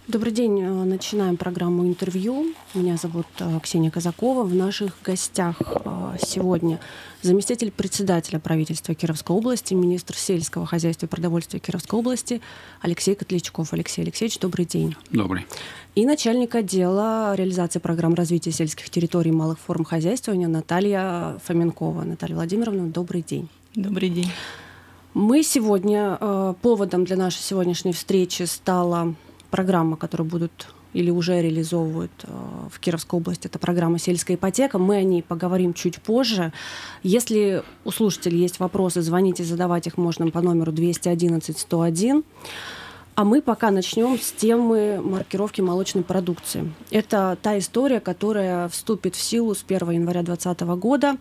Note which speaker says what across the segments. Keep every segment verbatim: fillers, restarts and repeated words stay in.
Speaker 1: Добрый день. Начинаем программу интервью. Меня зовут Ксения Казакова. В наших гостях сегодня заместитель председателя правительства Кировской области, министр сельского хозяйства и продовольствия Кировской области Алексей Котлячков. Алексей Алексеевич, добрый день.
Speaker 2: Добрый.
Speaker 1: И начальник отдела реализации программ развития сельских территорий и малых форм хозяйствования Наталья Фоменкова. Наталья Владимировна, добрый день.
Speaker 3: Добрый день.
Speaker 1: Мы сегодня, поводом для нашей сегодняшней встречи стала программа, которую будут или уже реализовывают в Кировской области, это программа «Сельская ипотека». Мы о ней поговорим чуть позже. Если у слушателей есть вопросы, звоните, задавать их можно по номеру двести одиннадцать сто один. А мы пока начнем с темы маркировки молочной продукции. Это та история, которая вступит в силу с первого января две тысячи двадцатого года.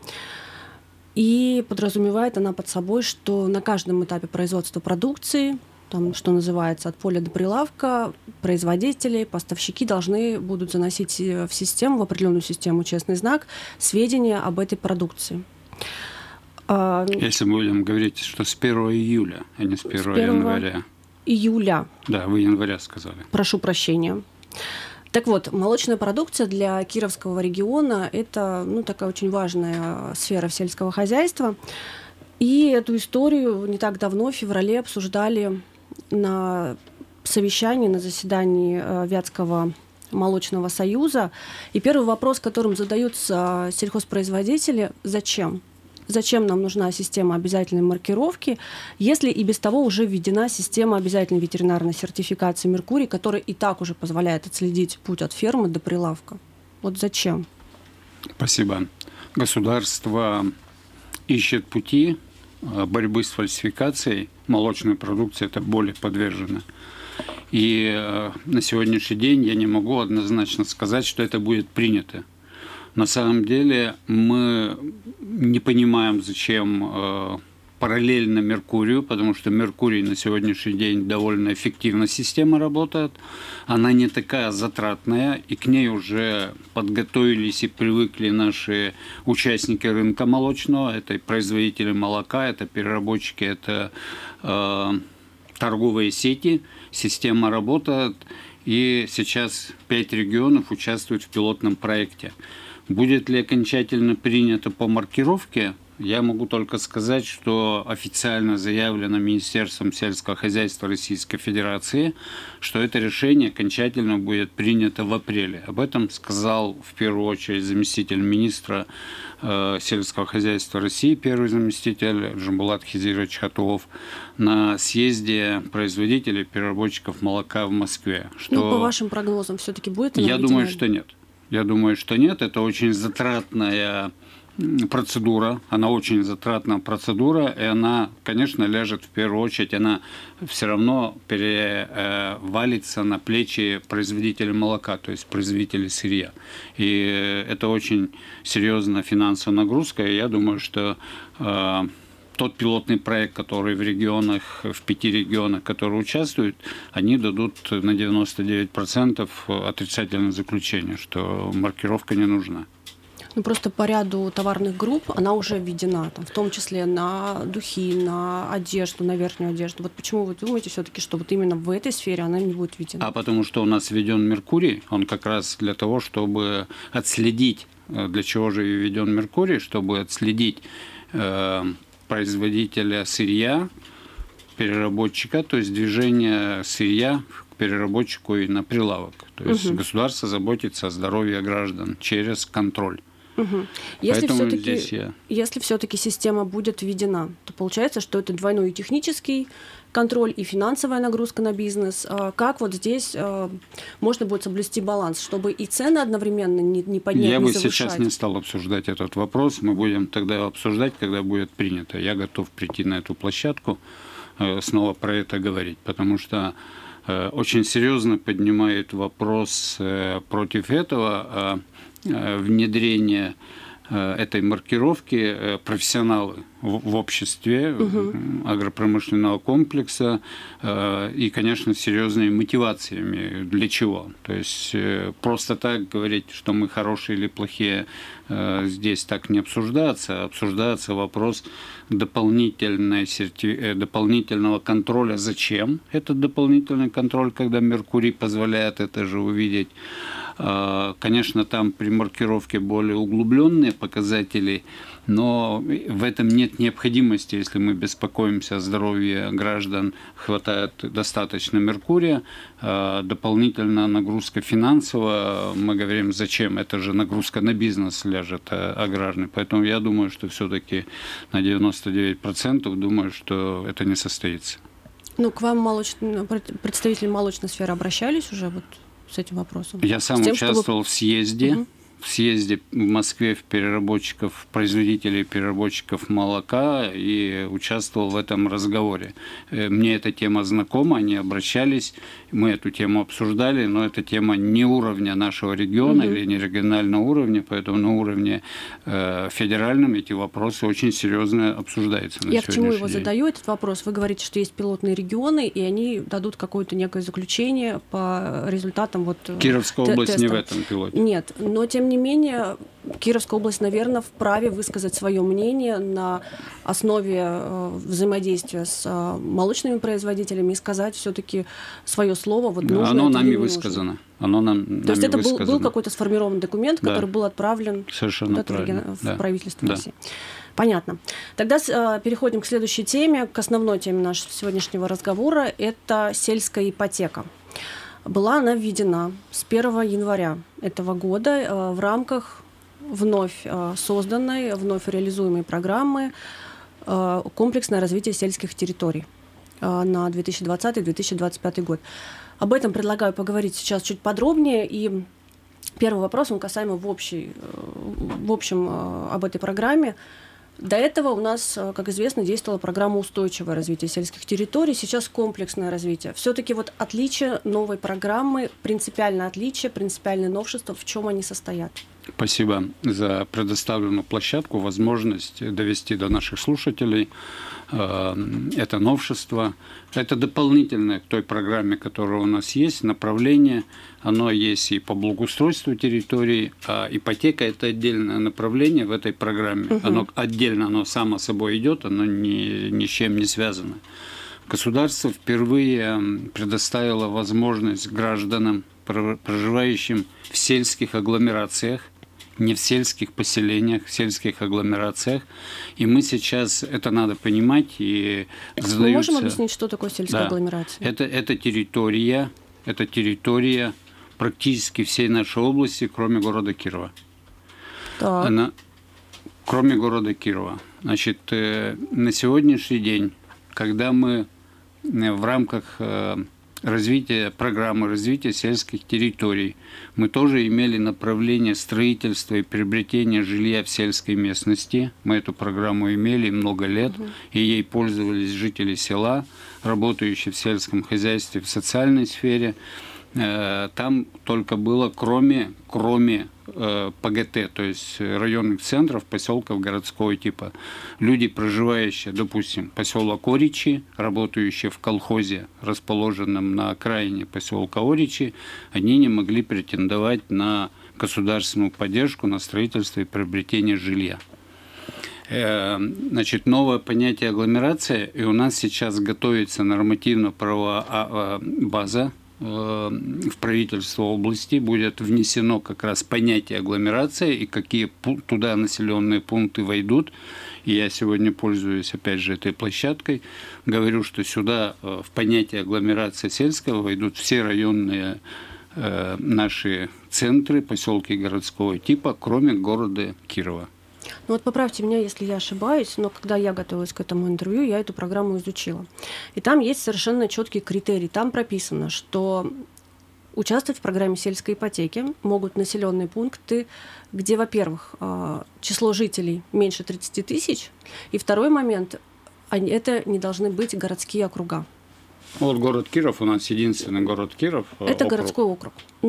Speaker 1: И подразумевает она под собой, что на каждом этапе производства продукции, там, что называется, от поля до прилавка, производители, поставщики должны будут заносить в систему, в определенную систему «Честный знак», сведения об этой продукции.
Speaker 2: Если мы будем говорить, что с первого июля, а не с первого января.
Speaker 1: Июля.
Speaker 2: Да, вы января сказали.
Speaker 1: Прошу прощения. Так вот, молочная продукция для Кировского региона – это ну, такая очень важная сфера сельского хозяйства. И эту историю не так давно, в феврале, обсуждали на совещании, на заседании Вятского молочного союза. И первый вопрос, которым задаются сельхозпроизводители – зачем? Зачем нам нужна система обязательной маркировки, если и без того уже введена система обязательной ветеринарной сертификации «Меркурий», которая и так уже позволяет отследить путь от фермы до прилавка? Вот зачем?
Speaker 2: Спасибо. Государство ищет пути борьбы с фальсификацией. Молочная продукция это более подвержена. И на сегодняшний день я не могу однозначно сказать, что это будет принято. На самом деле мы не понимаем, зачем параллельно Меркурию, потому что Меркурий на сегодняшний день довольно эффективно система работает. Она не такая затратная, и к ней уже подготовились и привыкли наши участники рынка молочного. Это производители молока, это переработчики, это э, торговые сети. Система работает, и сейчас пять регионов участвуют в пилотном проекте. Будет ли окончательно принято по маркировке? Я могу только сказать, что официально заявлено Министерством сельского хозяйства Российской Федерации, что это решение окончательно будет принято в апреле. Об этом сказал в первую очередь заместитель министра э, сельского хозяйства России, первый заместитель Джамбулат Хизирович Хатулов, на съезде производителей переработчиков молока в Москве. Что...
Speaker 1: Ну, по вашим прогнозам, все-таки будет она
Speaker 2: Я
Speaker 1: введена?
Speaker 2: думаю, что нет. Я думаю, что нет. Это очень затратная процедура, она очень затратная процедура, и она, конечно, ляжет в первую очередь, она все равно перевалится на плечи производителей молока, то есть производителей сырья. И это очень серьезная финансовая нагрузка, и я думаю, что э, тот пилотный проект, который в регионах, в пяти регионах, которые участвуют, они дадут на девяносто девять процентов отрицательное заключение, что маркировка не нужна.
Speaker 1: Ну, просто по ряду товарных групп она уже введена, там, в том числе на духи, на одежду, на верхнюю одежду. Вот почему вы думаете все-таки, что вот именно в этой сфере она не будет введена?
Speaker 2: А потому что у нас введен Меркурий, он как раз для того, чтобы отследить, для чего же введен Меркурий, чтобы отследить э, производителя сырья, переработчика, то есть движение сырья к переработчику и на прилавок. То есть угу. государство заботится о здоровье граждан через контроль.
Speaker 1: Угу. Если все-таки,
Speaker 2: я...
Speaker 1: если все-таки система будет введена, то получается, что это двойной технический контроль и финансовая нагрузка на бизнес. Как вот здесь можно будет соблюсти баланс, чтобы и цены одновременно не, не поднять,
Speaker 2: Я
Speaker 1: не
Speaker 2: бы
Speaker 1: завышать?
Speaker 2: сейчас не стал обсуждать этот вопрос. Мы будем тогда обсуждать, когда будет принято. Я готов прийти на эту площадку, снова про это говорить, потому что очень серьезно поднимает вопрос против этого внедрения этой маркировки профессионалы в обществе, угу. агропромышленного комплекса и, конечно, с серьезными мотивациями. Для чего? То есть просто так говорить, что мы хорошие или плохие, здесь так не обсуждается. Обсуждается вопрос дополнительной серти... дополнительного контроля. Зачем этот дополнительный контроль, когда Меркурий позволяет это же увидеть? Конечно, там при маркировке более углубленные показатели, но в этом нет необходимости, если мы беспокоимся о здоровье граждан, хватает достаточно Меркурия, дополнительная нагрузка финансовая, мы говорим, зачем, это же нагрузка на бизнес ляжет аграрный, поэтому я думаю, что все-таки на девяносто девять процентов думаю, что это не состоится.
Speaker 1: Ну, к вам молоч... представители молочной сферы обращались уже вот с этим вопросом?
Speaker 2: Я сам
Speaker 1: тем,
Speaker 2: участвовал
Speaker 1: чтобы...
Speaker 2: в съезде.
Speaker 1: Угу.
Speaker 2: В съезде в Москве в переработчиков, производителей переработчиков молока и участвовал в этом разговоре. Мне эта тема знакома, они обращались, мы эту тему обсуждали, но эта тема не уровня нашего региона угу. или не регионального уровня, поэтому на уровне э, федеральном эти вопросы очень серьезно обсуждаются. На
Speaker 1: Я к чему его
Speaker 2: день.
Speaker 1: задаю, этот вопрос? Вы говорите, что есть пилотные регионы, и они дадут какое-то некое заключение по результатам вот
Speaker 2: Кировская область
Speaker 1: теста.
Speaker 2: Не в этом пилоте.
Speaker 1: Нет, но тем не менее, Кировская область, наверное, вправе высказать свое мнение на основе э, взаимодействия с э, молочными производителями и сказать все-таки свое слово. Вот, нужно
Speaker 2: Оно
Speaker 1: это
Speaker 2: нами
Speaker 1: или не
Speaker 2: высказано.
Speaker 1: нужно.
Speaker 2: Оно нам,
Speaker 1: То
Speaker 2: нами
Speaker 1: есть это был,
Speaker 2: высказано.
Speaker 1: был какой-то сформированный документ,
Speaker 2: Да.
Speaker 1: который был отправлен
Speaker 2: Совершенно
Speaker 1: в, в
Speaker 2: да.
Speaker 1: правительство
Speaker 2: да.
Speaker 1: России. Понятно. Тогда э, переходим к следующей теме, к основной теме нашего сегодняшнего разговора. Это сельская ипотека. Была она введена с первого января этого года э, в рамках вновь э, созданной, вновь реализуемой программы э, «Комплексное развитие сельских территорий» э, на две тысячи двадцатый — две тысячи двадцать пятый год. Об этом предлагаю поговорить сейчас чуть подробнее. И первый вопрос, он касаемо в, общей, в общем э, об этой программе. До этого у нас, как известно, действовала программа устойчивого развития сельских территорий, сейчас комплексное развитие. Все-таки вот отличие новой программы, принципиальное отличие, принципиальное новшество, в чем они состоят?
Speaker 2: Спасибо за предоставленную площадку, возможность довести до наших слушателей это новшество. Это дополнительное к той программе, которая у нас есть, направление. Оно есть и по благоустройству территорий, а ипотека – это отдельное направление в этой программе. Угу. Оно отдельно, оно само собой идет, оно ни, ни с чем не связано. Государство впервые предоставило возможность гражданам, проживающим в сельских агломерациях, не в сельских поселениях, в сельских агломерациях. И мы сейчас, это надо понимать, и задаются...
Speaker 1: Мы можем объяснить, что такое сельская
Speaker 2: да.
Speaker 1: агломерация?
Speaker 2: Это, это территория, это территория практически всей нашей области, кроме города Кирова.
Speaker 1: Так.
Speaker 2: Она, кроме города Кирова. Значит, на сегодняшний день, когда мы в рамках развития, программы развития сельских территорий, мы тоже имели направление строительства и приобретения жилья в сельской местности. Мы эту программу имели много лет, угу. и ей пользовались жители села, работающие в сельском хозяйстве, в социальной сфере. Там только было, кроме, кроме ПГТ, то есть районных центров, поселков городского типа. Люди, проживающие, допустим, поселок Оричи, работающие в колхозе, расположенном на окраине поселка Оричи, они не могли претендовать на государственную поддержку, на строительство и приобретение жилья. Значит, новое понятие агломерация, и у нас сейчас готовится нормативно-правовая база в правительство области, будет внесено как раз понятие агломерация и какие туда населенные пункты войдут. И я сегодня пользуюсь, опять же, этой площадкой, говорю, что сюда в понятие агломерация сельского войдут все районные э, наши центры, поселки городского типа, кроме города Кирова.
Speaker 1: Ну вот поправьте меня, если я ошибаюсь, но когда я готовилась к этому интервью, я эту программу изучила. И там есть совершенно четкий критерий. Там прописано, что участвовать в программе сельской ипотеки могут населенные пункты, где, во-первых, число жителей меньше тридцати тысяч, и второй момент, это не должны быть городские округа.
Speaker 2: Вот город Киров у нас единственный город Киров.
Speaker 1: Это
Speaker 2: округ.
Speaker 1: городской округ. Но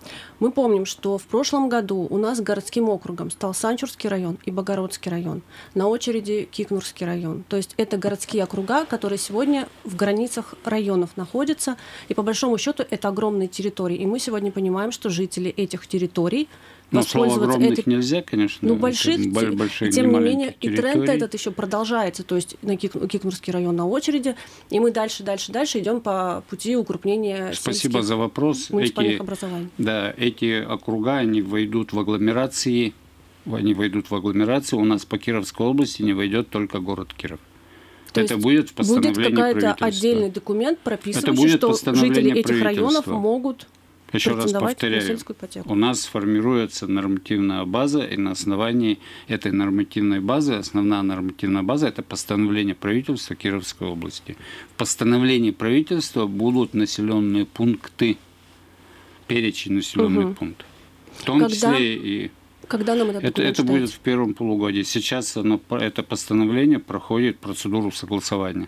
Speaker 1: Мы помним, что в прошлом году у нас городским округом стал Санчурский район и Богородский район. На очереди Кикнурский район. То есть это городские округа, которые сегодня в границах районов находятся. И по большому счету это огромные территории. И мы сегодня понимаем, что жители этих территорий
Speaker 2: Но слово огромных этих... нельзя, конечно.
Speaker 1: Ну, больших,
Speaker 2: большие,
Speaker 1: тем не менее, территории. И тренд этот еще продолжается. То есть на Кик... Кикнурский район на очереди. И мы дальше, дальше, дальше идем по пути укрупнения
Speaker 2: Спасибо за вопрос.
Speaker 1: Муниципальных
Speaker 2: эти,
Speaker 1: образований.
Speaker 2: Да, эти округа, они войдут в агломерации. Они войдут в агломерацию. У нас по Кировской области не войдет только город Киров.
Speaker 1: То
Speaker 2: это будет в постановлении
Speaker 1: будет какой-то отдельный документ, прописывающий, что жители этих районов могут
Speaker 2: Еще раз повторяю, у нас формируется нормативная база, и на основании этой нормативной базы, основная нормативная база – это постановление правительства Кировской области. В постановлении правительства будут населенные пункты, перечень населенных угу. пунктов, в том Когда? числе и…
Speaker 1: Когда нам этот
Speaker 2: это, это будет в первом полугодии. Сейчас оно, это постановление проходит процедуру согласования.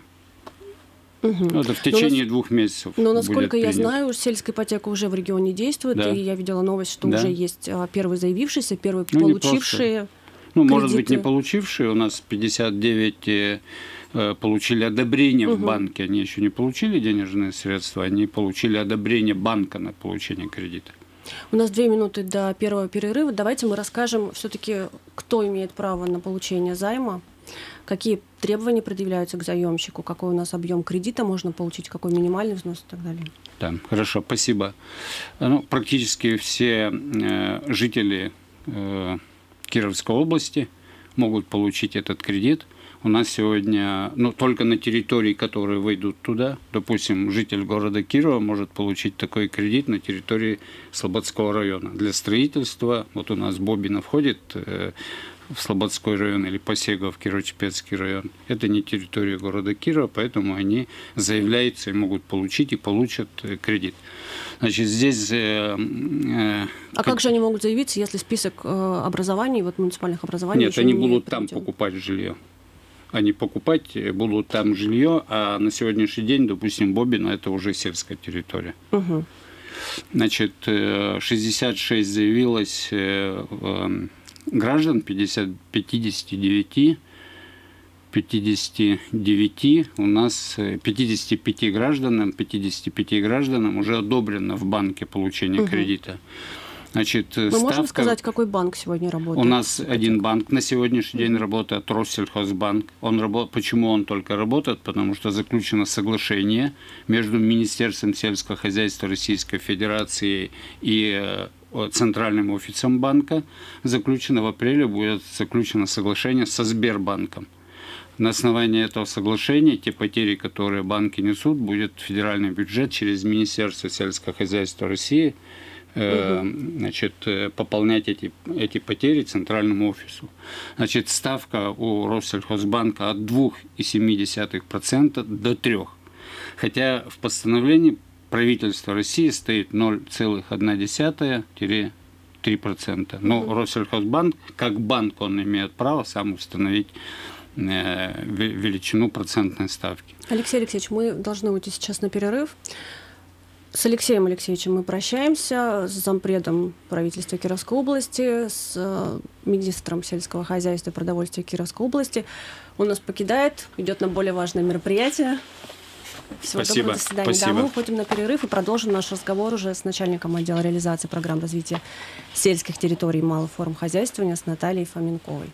Speaker 2: Угу. Это в течение но, двух месяцев.
Speaker 1: Но, насколько я знаю, сельская ипотека уже в регионе действует,
Speaker 2: да.
Speaker 1: и я видела новость, что да. уже есть первые заявившиеся, первые
Speaker 2: ну,
Speaker 1: получившие.
Speaker 2: Ну,
Speaker 1: кредиты.
Speaker 2: Может быть, не получившие. У нас пятьдесят девять э, получили одобрение угу. в банке. Они еще не получили денежные средства, они получили одобрение банка на получение кредита.
Speaker 1: У нас две минуты до первого перерыва. Давайте мы расскажем все-таки, кто имеет право на получение займа, какие требования предъявляются к заемщику, какой у нас объем кредита можно получить, какой минимальный взнос и так далее.
Speaker 2: Да, хорошо, спасибо. Ну, практически все э, жители э, Кировской области могут получить этот кредит. У нас сегодня, ну, только на территории, которые войдут туда, допустим, житель города Кирова может получить такой кредит на территории Слободского района. Для строительства, вот у нас Бобина входит э, в Слободской район или Посегов, Кирово-Чепецкий район. Это не территория города Кирова, поэтому они заявляются и могут получить и получат э, кредит. Значит, здесь… Э, э,
Speaker 1: а как... как же они могут заявиться, если список э, образований, вот муниципальных образований…
Speaker 2: Нет, они будут там покупать жилье. Они покупать будут там жилье, а на сегодняшний день, допустим, Бобина – это уже сельская территория. Угу. Значит, шестьдесят шесть заявилось граждан, пятьдесят, пятьдесят девять, пятьдесят девять у нас пятьдесят пять гражданам, пятьдесят пять гражданам уже одобрено в банке получение угу. кредита. Значит,
Speaker 1: Мы ставка... можем сказать, какой банк сегодня работает?
Speaker 2: У нас один банк на сегодняшний день работает, Россельхозбанк. Он работ... Почему он только работает? Потому что заключено соглашение между Министерством сельского хозяйства Российской Федерации и Центральным офисом банка. Заключено в апреле, будет заключено соглашение со Сбербанком. На основании этого соглашения те потери, которые банки несут, будет федеральный бюджет через Министерство сельского хозяйства России значит, пополнять эти, эти потери центральному офису. Значит, ставка у Россельхозбанка от двух целых семи десятых процента до трёх процентов. Хотя в постановлении правительства России стоит ноль целых одна десятая - три процента. Но mm-hmm. Россельхозбанк, как банк, он имеет право сам установить э, величину процентной ставки.
Speaker 1: Алексей Алексеевич, мы должны уйти сейчас на перерыв. С Алексеем Алексеевичем мы прощаемся, с зампредом правительства Кировской области, с министром сельского хозяйства и продовольствия Кировской области. Он нас покидает, идет на более важное мероприятие. Всего
Speaker 2: Спасибо.
Speaker 1: Доброго, до свидания.
Speaker 2: Спасибо.
Speaker 1: Да, мы уходим на перерыв и продолжим наш разговор уже с начальником отдела реализации программ развития сельских территорий и малых форм хозяйствования с Натальей Фоменковой.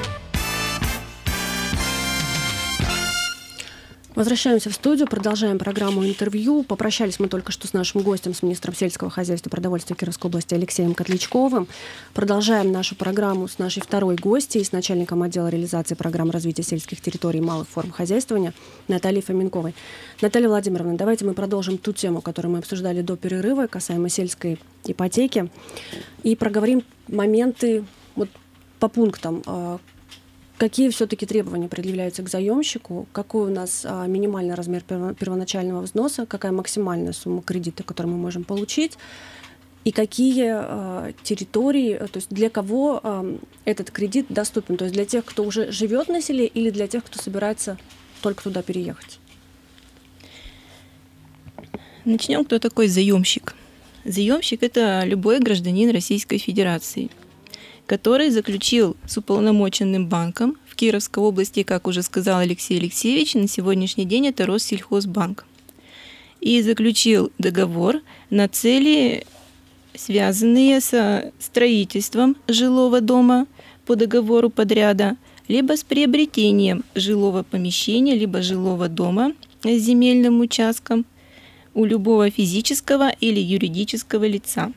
Speaker 1: Возвращаемся в студию, продолжаем программу интервью. Попрощались мы только что с нашим гостем, с министром сельского хозяйства и продовольствия Кировской области Алексеем Котлячковым. Продолжаем нашу программу с нашей второй гостьей, с начальником отдела реализации программ развития сельских территорий и малых форм хозяйствования Натальей Фоменковой. Наталья Владимировна, давайте мы продолжим ту тему, которую мы обсуждали до перерыва, касаемо сельской ипотеки, и проговорим моменты вот, по пунктам. Какие все-таки требования предъявляются к заемщику? Какой у нас а, минимальный размер первоначального взноса? Какая максимальная сумма кредита, которую мы можем получить? И какие а, территории, то есть для кого а, этот кредит доступен? То есть для тех, кто уже живет на селе, или для тех, кто собирается только туда переехать?
Speaker 3: Начнем, кто такой заемщик. Заемщик – это любой гражданин Российской Федерации, который заключил с уполномоченным банком в Кировской области, как уже сказал Алексей Алексеевич, на сегодняшний день это Россельхозбанк, и заключил договор на цели, связанные со строительством жилого дома по договору подряда, либо с приобретением жилого помещения, либо жилого дома с земельным участком у любого физического или юридического лица.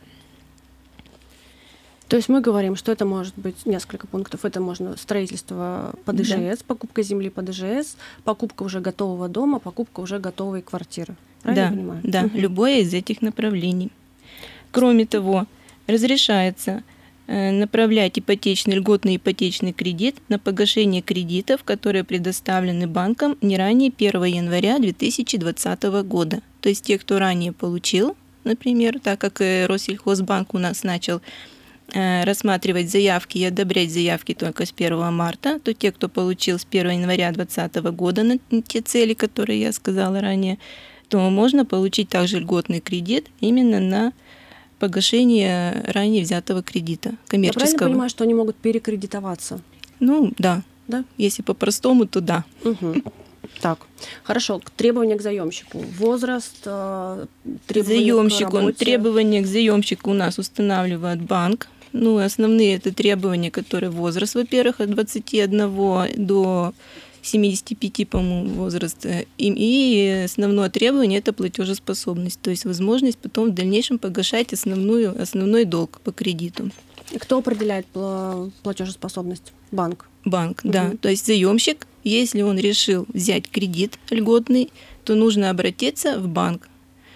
Speaker 1: То есть мы говорим, что это может быть несколько пунктов. Это можно строительство под ИЖС, да. покупка земли под ИЖС, покупка уже готового дома, покупка уже готовой квартиры. Правильно
Speaker 3: да,
Speaker 1: я понимаю?
Speaker 3: Да,
Speaker 1: угу.
Speaker 3: любое из этих направлений. Кроме того, разрешается направлять ипотечный, льготный ипотечный кредит на погашение кредитов, которые предоставлены банком не ранее первого января две тысячи двадцатого года. То есть те, кто ранее получил, например, так как Россельхозбанк у нас начал рассматривать заявки и одобрять заявки только с первого марта, то те, кто получил с первого января двадцатого года на те цели, которые я сказала ранее, то можно получить также льготный кредит именно на погашение ранее взятого кредита коммерческого.
Speaker 1: Я правильно понимаю, что они могут перекредитоваться?
Speaker 3: Ну, да.
Speaker 1: Да?
Speaker 3: Если по-простому, то да.
Speaker 1: Угу. Так, хорошо. Требования к заемщику. Возраст, требования
Speaker 3: заемщику,
Speaker 1: к работе.
Speaker 3: Требования к заемщику у нас устанавливает банк. Ну, основные это требования, которые возраст, во-первых, от двадцати одного до семидесяти пяти, по-моему, возраст. И, и основное требование – это платежеспособность, то есть возможность потом в дальнейшем погашать основную, основной долг по кредиту.
Speaker 1: И кто определяет платежеспособность? Банк?
Speaker 3: Банк, угу. да. То есть заемщик, если он решил взять кредит льготный, то нужно обратиться в банк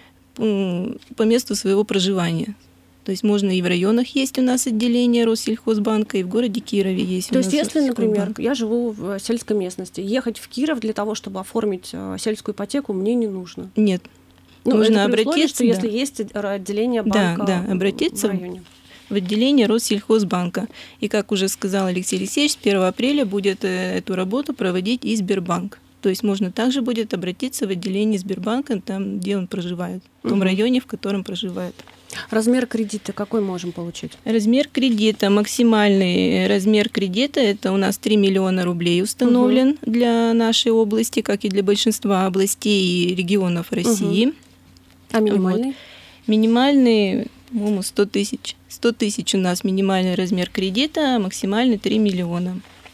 Speaker 3: по месту своего проживания. То есть можно и в районах есть у нас отделение Россельхозбанка, и в городе Кирове есть.
Speaker 1: То есть если, например, я живу в сельской местности, ехать в Киров для того, чтобы оформить сельскую ипотеку, мне не нужно?
Speaker 3: Нет.
Speaker 1: Ну,
Speaker 3: нужно
Speaker 1: это при условии,
Speaker 3: обратиться,
Speaker 1: что
Speaker 3: да.
Speaker 1: если есть отделение банка
Speaker 3: да, да, обратиться
Speaker 1: в районе.
Speaker 3: В отделение Россельхозбанка. И, как уже сказал Алексей Алексеевич, с первого апреля будет эту работу проводить и Сбербанк. То есть можно также будет обратиться в отделение Сбербанка, там, где он проживает, в том угу. районе, в котором проживает.
Speaker 1: Размер кредита какой можем получить?
Speaker 3: Размер кредита, максимальный размер кредита, это у нас три миллиона рублей установлен угу. для нашей области, как и для большинства областей и регионов России.
Speaker 1: Угу. А минимальный?
Speaker 3: Вот. Минимальный, по-моему, сто тысяч. сто тысяч у нас минимальный размер кредита, а максимальный три миллиона.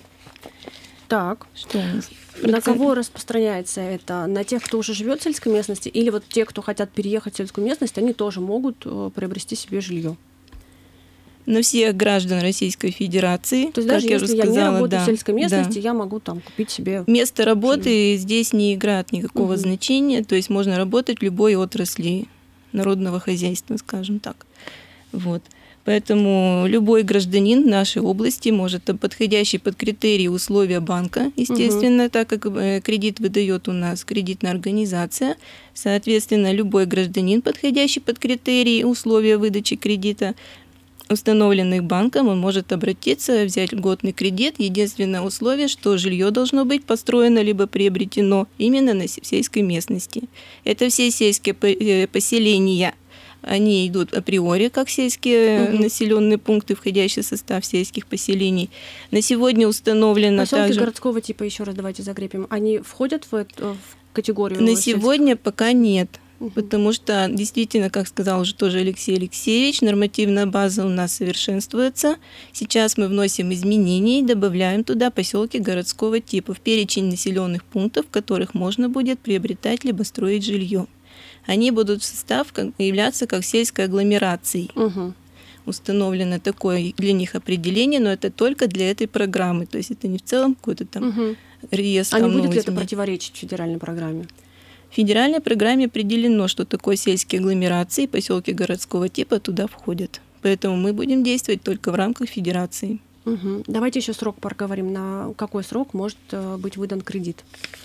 Speaker 1: Так.
Speaker 3: Что у нас?
Speaker 1: На кого распространяется это? На тех, кто уже живет в сельской местности, или вот те, кто хотят переехать в сельскую местность, они тоже могут приобрести себе жилье?
Speaker 3: На всех граждан Российской Федерации.
Speaker 1: То есть даже
Speaker 3: я
Speaker 1: если
Speaker 3: я сказала,
Speaker 1: не работаю
Speaker 3: да,
Speaker 1: в сельской местности,
Speaker 3: да.
Speaker 1: я могу там купить себе
Speaker 3: место работы
Speaker 1: жилье.
Speaker 3: Здесь не играет никакого угу. значения, то есть можно работать в любой отрасли народного хозяйства, скажем так. Вот. Поэтому любой гражданин нашей области может, подходящий под критерии условия банка, естественно, угу. так как кредит выдает у нас кредитная организация, соответственно, любой гражданин, подходящий под критерии условия выдачи кредита, установленных банком, он может обратиться, взять льготный кредит. Единственное условие, что жилье должно быть построено либо приобретено именно на сельской местности. Это все сельские поселения. Они идут априори как сельские угу. населенные пункты, входящие в состав сельских поселений. На сегодня установлено
Speaker 1: поселки
Speaker 3: также...
Speaker 1: городского типа, еще раз давайте закрепим, они входят в, эту, в категорию?
Speaker 3: На
Speaker 1: сельских?
Speaker 3: сегодня пока нет.
Speaker 1: Угу.
Speaker 3: Потому что действительно, как сказал уже тоже Алексей Алексеевич, нормативная база у нас совершенствуется. Сейчас мы вносим изменения и добавляем туда поселки городского типа в перечень населенных пунктов, в которых можно будет приобретать либо строить жилье. Они будут в состав являться как сельской агломерацией.
Speaker 1: Угу.
Speaker 3: Установлено такое для них определение, но это только для этой программы. То есть это не в целом какой-то там угу. реестр.
Speaker 1: А не будет ли это противоречить федеральной программе?
Speaker 3: В федеральной программе определено, что такое сельские агломерации, поселки городского типа туда входят. Поэтому мы будем действовать только в рамках федерации.
Speaker 1: Угу. Давайте еще срок поговорим. На какой срок может быть выдан кредит?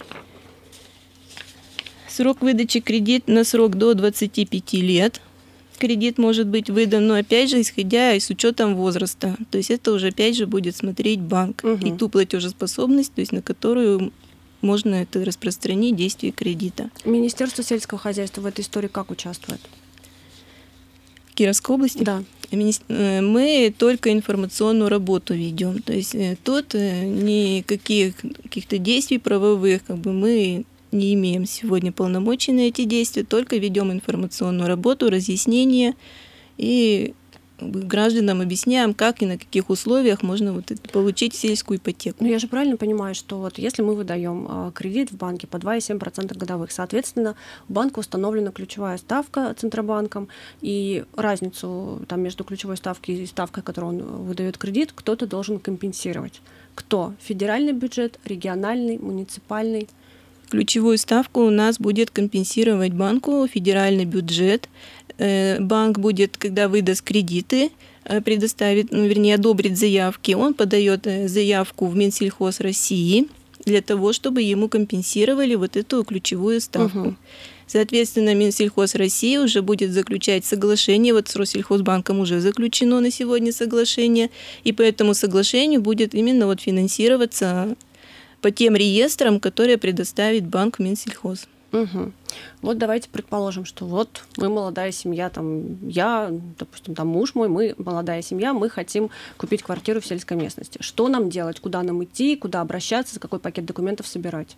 Speaker 3: Срок выдачи кредита на срок до двадцати пяти лет. Кредит может быть выдан, но опять же, исходя и с учетом возраста. То есть это уже опять же будет смотреть банк угу. и ту платежеспособность, то есть на которую можно это распространить действие кредита.
Speaker 1: Министерство сельского хозяйства в этой истории как участвует?
Speaker 3: Кировской области?
Speaker 1: Да.
Speaker 3: Мы только информационную работу ведем. То есть тут никаких каких-то действий правовых как бы мы не имеем сегодня полномочий на эти действия, только ведем информационную работу, разъяснение и гражданам объясняем, как и на каких условиях можно вот получить сельскую ипотеку.
Speaker 1: Ну, я же правильно понимаю, что вот если мы выдаем а, кредит в банке по два и семь десятых процента годовых, соответственно, у банка установлена ключевая ставка Центробанком, и разницу там, между ключевой ставкой и ставкой, которую он выдает кредит, кто-то должен компенсировать. Кто? Федеральный бюджет, региональный, муниципальный?
Speaker 3: Ключевую ставку у нас будет компенсировать банку федеральный бюджет. Банк будет, когда выдаст кредиты, предоставит, ну, вернее, одобрит заявки, он подает заявку в Минсельхоз России для того, чтобы ему компенсировали вот эту ключевую ставку. Угу. Соответственно, Минсельхоз России уже будет заключать соглашение, вот с Россельхозбанком уже заключено на сегодня соглашение, и по этому соглашению будет именно вот финансироваться по тем реестрам, которые предоставит банк Минсельхоз.
Speaker 1: Угу. Вот давайте предположим, что вот мы молодая семья, там я, допустим, там муж мой, мы молодая семья, мы хотим купить квартиру в сельской местности. Что нам делать? Куда нам идти? Куда обращаться? Какой пакет документов собирать?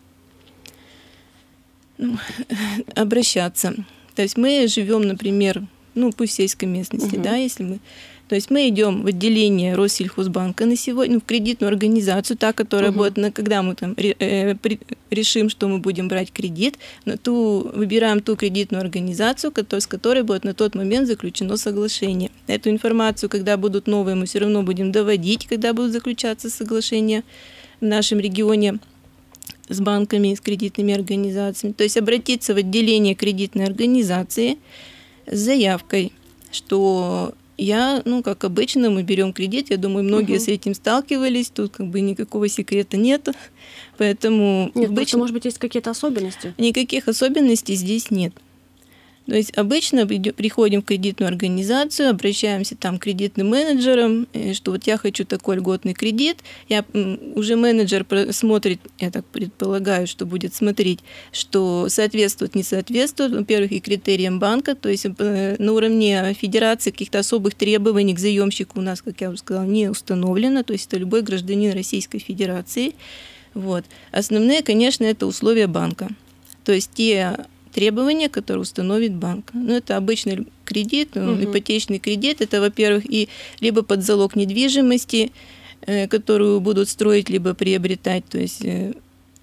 Speaker 3: Ну, обращаться. То есть мы живем, например, ну пусть в сельской местности, угу. да, если мы... То есть мы идем в отделение Россельхозбанка на сегодня, ну, в кредитную организацию, та, которая угу. будет, на, когда мы там э, при, решим, что мы будем брать кредит, на ту, выбираем ту кредитную организацию, который, с которой будет на тот момент заключено соглашение. Эту информацию, когда будут новые, мы все равно будем доводить, когда будут заключаться соглашения в нашем регионе с банками, с кредитными организациями. То есть обратиться в отделение кредитной организации с заявкой, что... Я, ну, как обычно, мы берем кредит, я думаю, многие угу. с этим сталкивались, тут как бы никакого секрета нет, поэтому...
Speaker 1: Нет,
Speaker 3: обычно...
Speaker 1: просто, может быть, есть какие-то особенности?
Speaker 3: Никаких особенностей здесь нет. То есть обычно приходим в кредитную организацию, обращаемся там к кредитным менеджерам, что вот я хочу такой льготный кредит, я, уже менеджер смотрит, я так предполагаю, что будет смотреть, что соответствует, не соответствует, во-первых, и критериям банка, то есть на уровне федерации каких-то особых требований к заемщику у нас, как я уже сказала, не установлено, то есть это любой гражданин Российской Федерации. Вот. Основные, конечно, это условия банка, то есть те требования, которые установит банк. Ну, это обычный кредит, угу. ипотечный кредит. Это, во-первых, и либо под залог недвижимости, э, которую будут строить, либо приобретать, то есть э,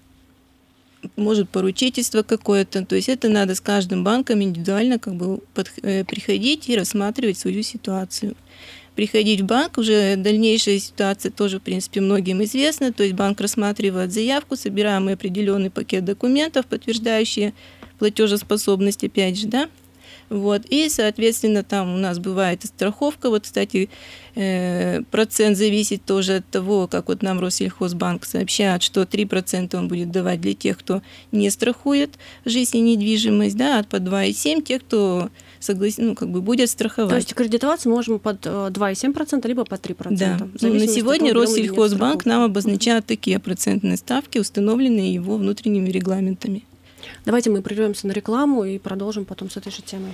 Speaker 3: может поручительство какое-то. То есть это надо с каждым банком индивидуально как бы под, э, приходить и рассматривать свою ситуацию. Приходить в банк, уже дальнейшая ситуация тоже, в принципе, многим известна. То есть банк рассматривает заявку, собираем определенный пакет документов, подтверждающие платежеспособность, опять же, да, вот, и, соответственно, там у нас бывает и страховка, вот, кстати, э, процент зависит тоже от того, как вот нам Россельхозбанк сообщает, что три процента он будет давать для тех, кто не страхует жизнь и недвижимость, да, а по два и семь тех, кто согласен, ну, как бы будет страховать.
Speaker 1: То есть кредитоваться можем под два и семь процента, либо под три процента.
Speaker 3: Да. Ну, на сегодня Россельхозбанк нам обозначает такие процентные ставки, установленные его внутренними регламентами.
Speaker 1: Давайте мы прервемся на рекламу и продолжим потом с этой же темой.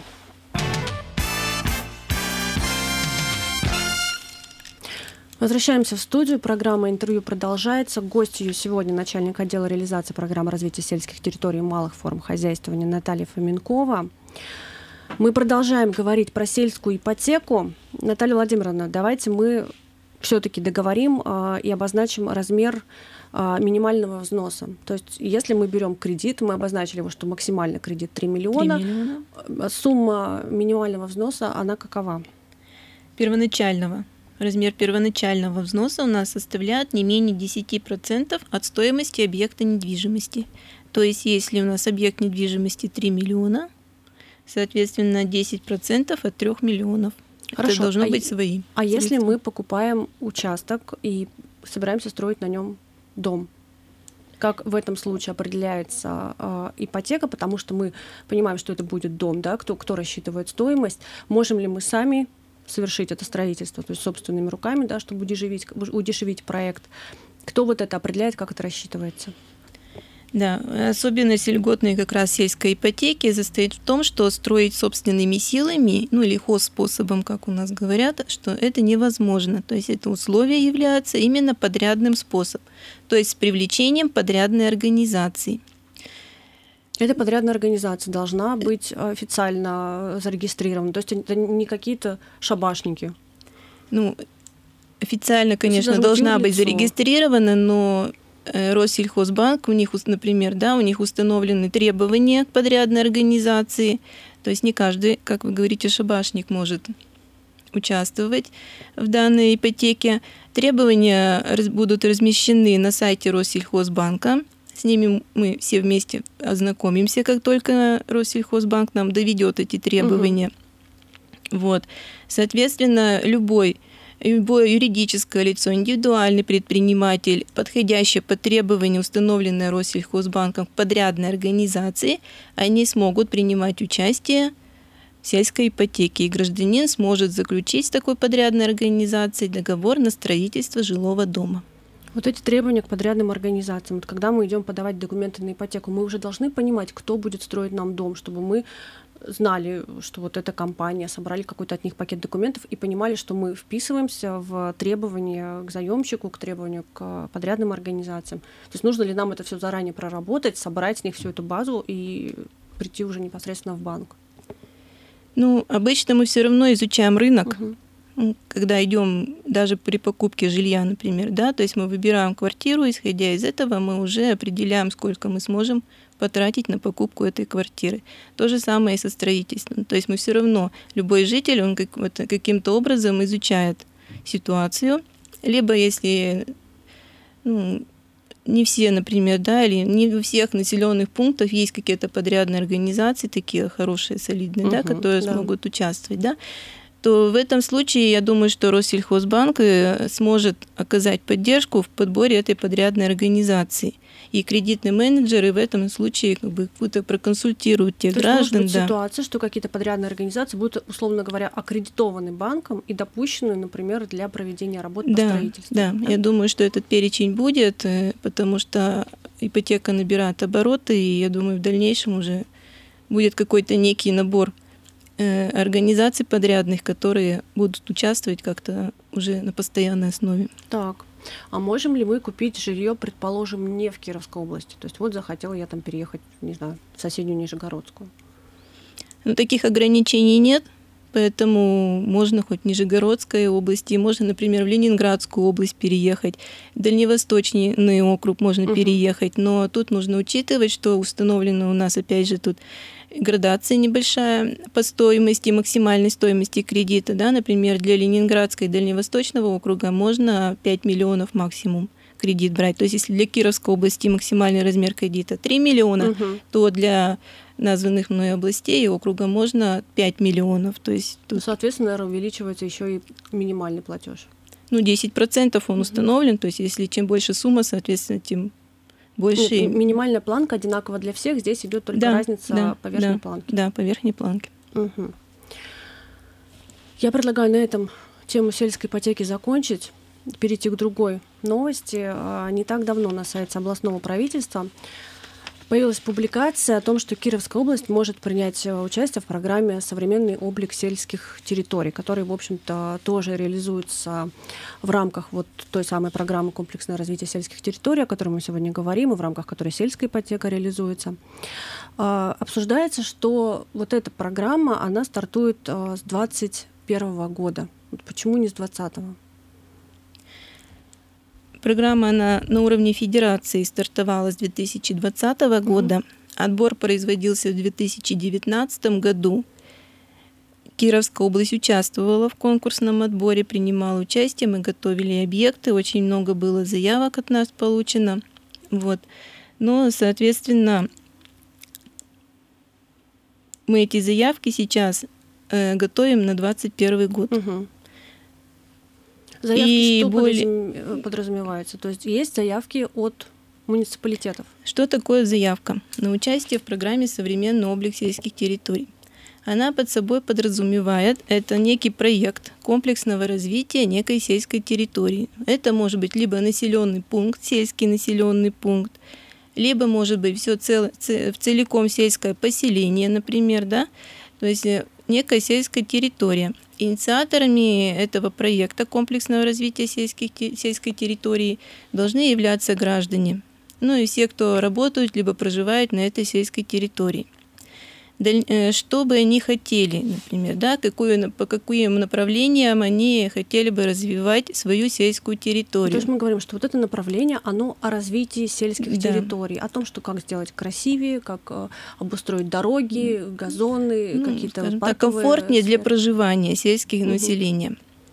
Speaker 1: Возвращаемся в студию. Программа «Интервью» продолжается. Гостью сегодня начальник отдела реализации программы развития сельских территорий и малых форм хозяйствования Наталья Фоменкова. Мы продолжаем говорить про сельскую ипотеку. Наталья Владимировна, давайте мы все-таки договорим э, и обозначим размер э, минимального взноса. То есть, если мы берем кредит, мы обозначили его, что максимальный кредит три миллиона. три миллиона. Сумма минимального взноса, она какова?
Speaker 3: Первоначального. Размер первоначального взноса у нас составляет не менее десять процентов от стоимости объекта недвижимости. То есть, если у нас объект недвижимости три миллиона, соответственно, десять процентов от трёх миллионов.
Speaker 1: Хорошо.
Speaker 3: Это должно
Speaker 1: а
Speaker 3: быть свои.
Speaker 1: А средства. Если мы покупаем участок и собираемся строить на нем дом, как в этом случае определяется э, ипотека, потому что мы понимаем, что это будет дом, да, кто, кто рассчитывает стоимость, можем ли мы сами совершить это строительство, то есть собственными руками, да, чтобы удешевить, удешевить проект. Кто вот это определяет, как это рассчитывается?
Speaker 3: Да, особенность льготной как раз сельской ипотеки состоит в том, что строить собственными силами, ну или хозспособом, как у нас говорят, что это невозможно. То есть это условие является именно подрядным способом, то есть с привлечением подрядной организации.
Speaker 1: Эта подрядная организация должна быть официально зарегистрирована, то есть это не какие-то шабашники.
Speaker 3: Ну, официально, конечно, должна быть зарегистрирована, но Россельхозбанк, у них, например, да, у них установлены требования к подрядной организации, то есть не каждый, как вы говорите, шабашник может участвовать в данной ипотеке. Требования будут размещены на сайте Россельхозбанка. С ними мы все вместе ознакомимся, как только Россельхозбанк нам доведет эти требования. Угу. Вот. Соответственно, любой Любое юридическое лицо, индивидуальный предприниматель, подходящий по требованию, установленной Россельхозбанком к подрядной организации, они смогут принимать участие в сельской ипотеке. И гражданин сможет заключить с такой подрядной организацией договор на строительство жилого дома.
Speaker 1: Вот эти требования к подрядным организациям, вот когда мы идем подавать документы на ипотеку, мы уже должны понимать, кто будет строить нам дом, чтобы мы знали, что вот эта компания, собрали какой-то от них пакет документов и понимали, что мы вписываемся в требования к заемщику, к требованию к подрядным организациям. То есть нужно ли нам это все заранее проработать, собрать с них всю эту базу и прийти уже непосредственно в банк?
Speaker 3: Ну, обычно мы все равно изучаем рынок,
Speaker 1: угу.
Speaker 3: когда идем даже при покупке жилья, например, да, то есть мы выбираем квартиру, исходя из этого мы уже определяем, сколько мы сможем потратить на покупку этой квартиры. То же самое и со строительством. То есть мы все равно, любой житель, он каким-то образом изучает ситуацию, либо если ну, не все, например, да, или не во всех населенных пунктах есть какие-то подрядные организации, такие хорошие, солидные, угу, да, которые да. смогут участвовать, да, то в этом случае, я думаю, что Россельхозбанк сможет оказать поддержку в подборе этой подрядной организации. И кредитные менеджеры в этом случае как бы какую-то проконсультируют тех
Speaker 1: То
Speaker 3: граждан.
Speaker 1: Есть, может быть
Speaker 3: да.
Speaker 1: ситуация, что какие-то подрядные организации будут, условно говоря, аккредитованы банком и допущены, например, для проведения работ
Speaker 3: да,
Speaker 1: по строительству.
Speaker 3: Да, да, я думаю, что этот перечень будет, потому что ипотека набирает обороты, и я думаю, в дальнейшем уже будет какой-то некий набор организаций подрядных, которые будут участвовать как-то уже на постоянной основе.
Speaker 1: Так. А можем ли мы купить жилье, предположим, не в Кировской области? То есть вот захотела я там переехать, не знаю, в соседнюю Нижегородскую.
Speaker 3: Ну, таких ограничений нет, поэтому можно хоть в Нижегородской области, можно, например, в Ленинградскую область переехать, в Дальневосточный округ можно uh-huh. переехать, но тут нужно учитывать, что установлено у нас, опять же, тут градация небольшая по стоимости, максимальной стоимости кредита. Да? Например, для Ленинградской и Дальневосточного округа можно пять миллионов максимум кредит брать. То есть если для Кировской области максимальный размер кредита три миллиона, угу. то для названных мной областей и округа можно пять миллионов. То есть тут...
Speaker 1: Соответственно, наверное, увеличивается еще и минимальный платеж.
Speaker 3: Ну, десять процентов он угу. установлен. То есть если чем больше сумма, соответственно, тем больше.
Speaker 1: Нет, минимальная планка одинакова для всех, здесь идет только
Speaker 3: да,
Speaker 1: разница
Speaker 3: да,
Speaker 1: по верхней
Speaker 3: да,
Speaker 1: планке.
Speaker 3: Да, по верхней планке.
Speaker 1: Угу. Я предлагаю на этом тему сельской ипотеки закончить, перейти к другой новости. Не так давно на сайте областного правительства появилась публикация о том, что Кировская область может принять участие в программе «Современный облик сельских территорий», которая, в общем-то, тоже реализуется в рамках вот той самой программы «Комплексное развитие сельских территорий», о которой мы сегодня говорим, и в рамках которой сельская ипотека реализуется. Обсуждается, что вот эта программа, она стартует с двадцать первого года. Почему не с двадцатого?
Speaker 3: Программа она на уровне федерации стартовала с две тысячи двадцатого года. Mm-hmm. Отбор производился в две тысячи девятнадцатом году. Кировская область участвовала в конкурсном отборе, принимала участие, мы готовили объекты, очень много было заявок от нас получено. Вот. Но, соответственно, мы эти заявки сейчас э, готовим на двадцать первый год.
Speaker 1: Mm-hmm. Заявки
Speaker 3: и
Speaker 1: что
Speaker 3: более...
Speaker 1: подразумевается? То есть есть заявки от муниципалитетов?
Speaker 3: Что такое заявка на участие в программе «Современный облик сельских территорий»? Она под собой подразумевает, это некий проект комплексного развития некой сельской территории. Это может быть либо населенный пункт, сельский населенный пункт, либо, может быть, все цел, целиком сельское поселение, например, да, то есть некая сельская территория. Инициаторами этого проекта комплексного развития сельских, сельской территории должны являться граждане, ну и все, кто работают либо проживают на этой сельской территории. Что бы они хотели, например, да, какую, по каким направлениям они хотели бы развивать свою сельскую территорию.
Speaker 1: То есть мы говорим, что вот это направление, оно о развитии сельских
Speaker 3: да.
Speaker 1: территорий, о том, что как сделать красивее, как обустроить дороги, газоны, ну, какие-то парковые
Speaker 3: так, комфортнее
Speaker 1: сферы.
Speaker 3: Для проживания сельских угу. населения.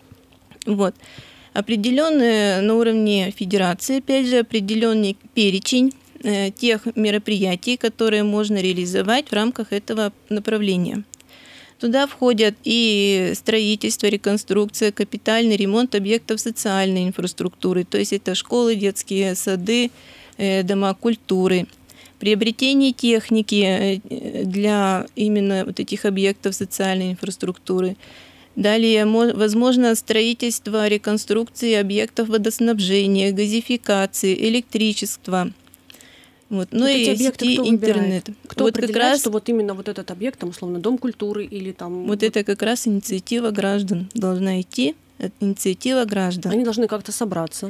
Speaker 3: Вот. Определенные на уровне федерации, опять же, определенный перечень тех мероприятий, которые можно реализовать в рамках этого направления. Туда входят и строительство, реконструкция, капитальный ремонт объектов социальной инфраструктуры, то есть это школы, детские сады, дома культуры, приобретение техники для именно вот этих объектов социальной инфраструктуры. Далее, возможно, строительство, реконструкции объектов водоснабжения, газификации, электричества. Вот. Ну
Speaker 1: вот
Speaker 3: и
Speaker 1: эти объекты
Speaker 3: сети
Speaker 1: кто
Speaker 3: интернет.
Speaker 1: Кто
Speaker 3: вот
Speaker 1: определяет,
Speaker 3: как раз,
Speaker 1: что вот именно вот этот объект, там, условно, дом культуры или там...
Speaker 3: Вот, вот это как раз инициатива граждан должна идти, инициатива граждан.
Speaker 1: Они должны как-то собраться.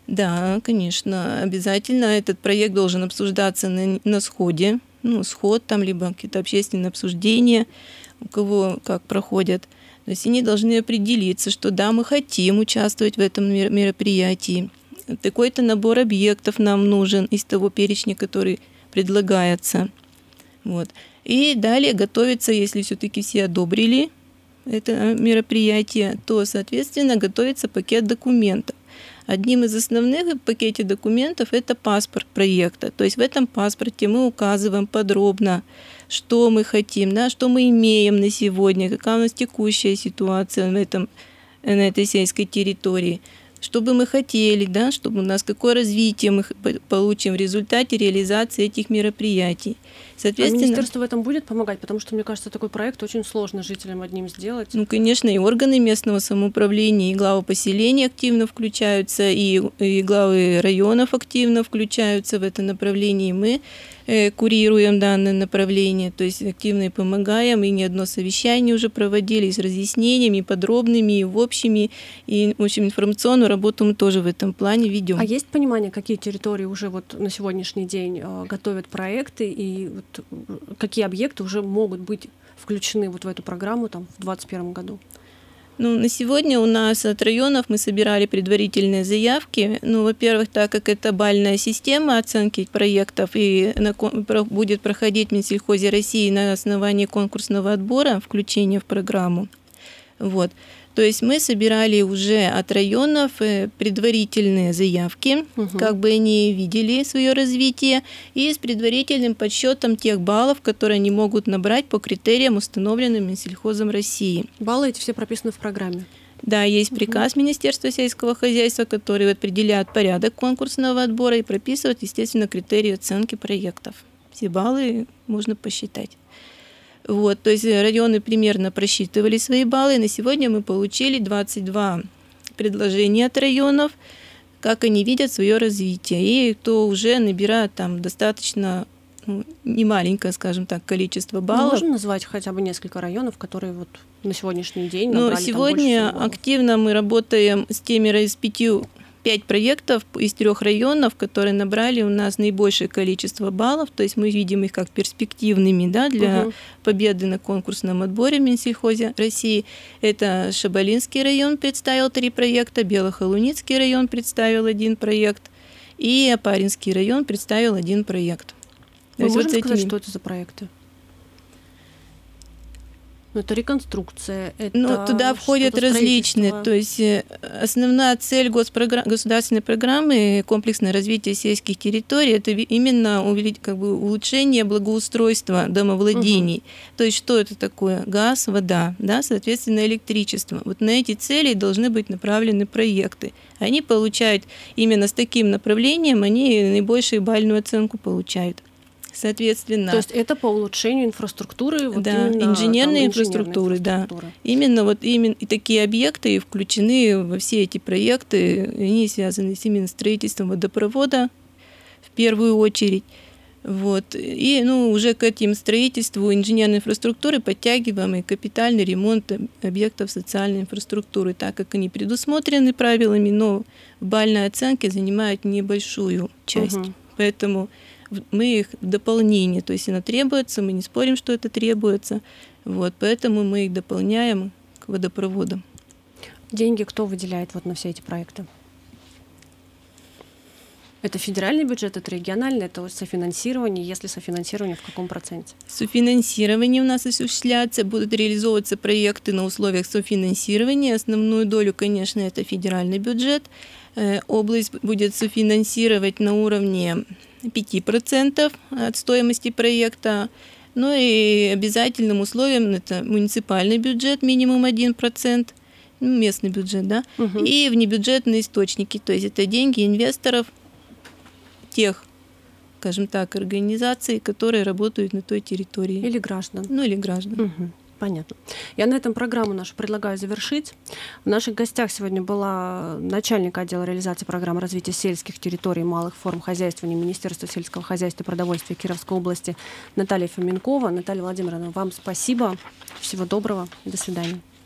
Speaker 3: Да, конечно, обязательно этот проект должен обсуждаться на, на сходе, ну, сход там, либо какие-то общественные обсуждения, у кого как проходят. То есть они должны определиться, что да, мы хотим участвовать в этом мероприятии. Такой-то набор объектов нам нужен из того перечня, который предлагается. Вот. И далее готовится, если все-таки все одобрили это мероприятие, то, соответственно, готовится пакет документов. Одним из основных в пакете документов это паспорт проекта. То есть в этом паспорте мы указываем подробно, что мы хотим, да, что мы имеем на сегодня, какая у нас текущая ситуация на, этом, на этой сельской территории. Что бы мы хотели, да, чтобы у нас какое развитие мы получим в результате реализации этих мероприятий.
Speaker 1: Соответственно, а министерство в этом будет помогать, потому что, мне кажется, такой проект очень сложно жителям одним сделать.
Speaker 3: Ну, конечно, и органы местного самоуправления, и главы поселений активно включаются, и, и главы районов активно включаются в это направление. И мы э, курируем данное направление, то есть активно и помогаем, и не одно совещание уже проводили с разъяснениями подробными, и в общими, и, в общем, информационную работу мы тоже в этом плане ведем.
Speaker 1: А есть понимание, какие территории уже вот на сегодняшний день э, готовят проекты, и вот какие объекты уже могут быть включены вот в эту программу там, в двадцать первом году?
Speaker 3: Ну, на сегодня у нас от районов мы собирали предварительные заявки. Ну, во-первых, так как это бальная система оценки проектов и на, будет проходить в Минсельхозе России на основании конкурсного отбора, включения в программу. Вот. То есть мы собирали уже от районов предварительные заявки, угу. как бы они видели свое развитие, и с предварительным подсчетом тех баллов, которые они могут набрать по критериям, установленным Минсельхозом России.
Speaker 1: Баллы эти все прописаны в программе?
Speaker 3: Да, есть приказ угу. Министерства сельского хозяйства, который определяет порядок конкурсного отбора и прописывает, естественно, критерии оценки проектов. Все баллы можно посчитать. Вот, то есть районы примерно просчитывали свои баллы. На сегодня мы получили двадцать два предложения от районов, как они видят свое развитие. И кто уже набирает там достаточно, ну, немаленькое, скажем так, количество баллов.
Speaker 1: Мы можем назвать хотя бы несколько районов, которые вот на сегодняшний день набрали.
Speaker 3: Но сегодня
Speaker 1: там
Speaker 3: активно мы работаем с теми, с пятью пять проектов из трех районов, которые набрали у нас наибольшее количество баллов, то есть мы видим их как перспективными, да, для угу. победы на конкурсном отборе в Минсельхозе России. Это Шабалинский район представил три проекта, Белохолуницкий район представил один проект и Опаринский район представил один проект.
Speaker 1: Вы можете вот сказать, этими... что это за проекты? Ну, это реконструкция, это
Speaker 3: ну, туда входят различные, то есть основная цель госпрограмм, государственной программы комплексное развитие сельских территорий это именно увеличить, как бы, улучшение благоустройства домовладений. Угу. То есть что это такое? Газ, вода, да, соответственно, электричество. Вот на эти цели должны быть направлены проекты. Они получают именно с таким направлением, они наибольшую бальную оценку получают. Соответственно,
Speaker 1: то есть это по улучшению инфраструктуры, вот
Speaker 3: да,
Speaker 1: именно,
Speaker 3: инженерной инфраструктуры, инфраструктуры, да. Именно вот именно и такие объекты включены во все эти проекты, они связаны с именно строительством водопровода, в первую очередь. Вот. И ну, уже к этим строительству инженерной инфраструктуры подтягиваем и капитальный ремонт объектов социальной инфраструктуры, так как они предусмотрены правилами, но в бальной оценке занимают небольшую часть. Угу. Поэтому мы их в дополнение, то есть она требуется, мы не спорим, что это требуется, вот, поэтому мы их дополняем к водопроводам.
Speaker 1: Деньги кто выделяет вот на все эти проекты? Это федеральный бюджет, это региональный, это софинансирование. Если софинансирование, в каком проценте?
Speaker 3: Софинансирование у нас осуществляется, будут реализовываться проекты на условиях софинансирования. Основную долю, конечно, это федеральный бюджет. Область будет софинансировать на уровне пять процентов от стоимости проекта. Ну и обязательным условием это муниципальный бюджет, минимум один процент, местный бюджет, да, угу. И внебюджетные источники, то есть это деньги инвесторов, тех, скажем так, организаций, которые работают на той территории.
Speaker 1: Или граждан.
Speaker 3: Ну, или граждан.
Speaker 1: Угу. Понятно. Я на этом программу нашу предлагаю завершить. В наших гостях сегодня была начальник отдела реализации программы развития сельских территорий и малых форм хозяйствования Министерства сельского хозяйства и продовольствия Кировской области Наталья Фоменкова. Наталья Владимировна, вам спасибо. Всего доброго. До свидания.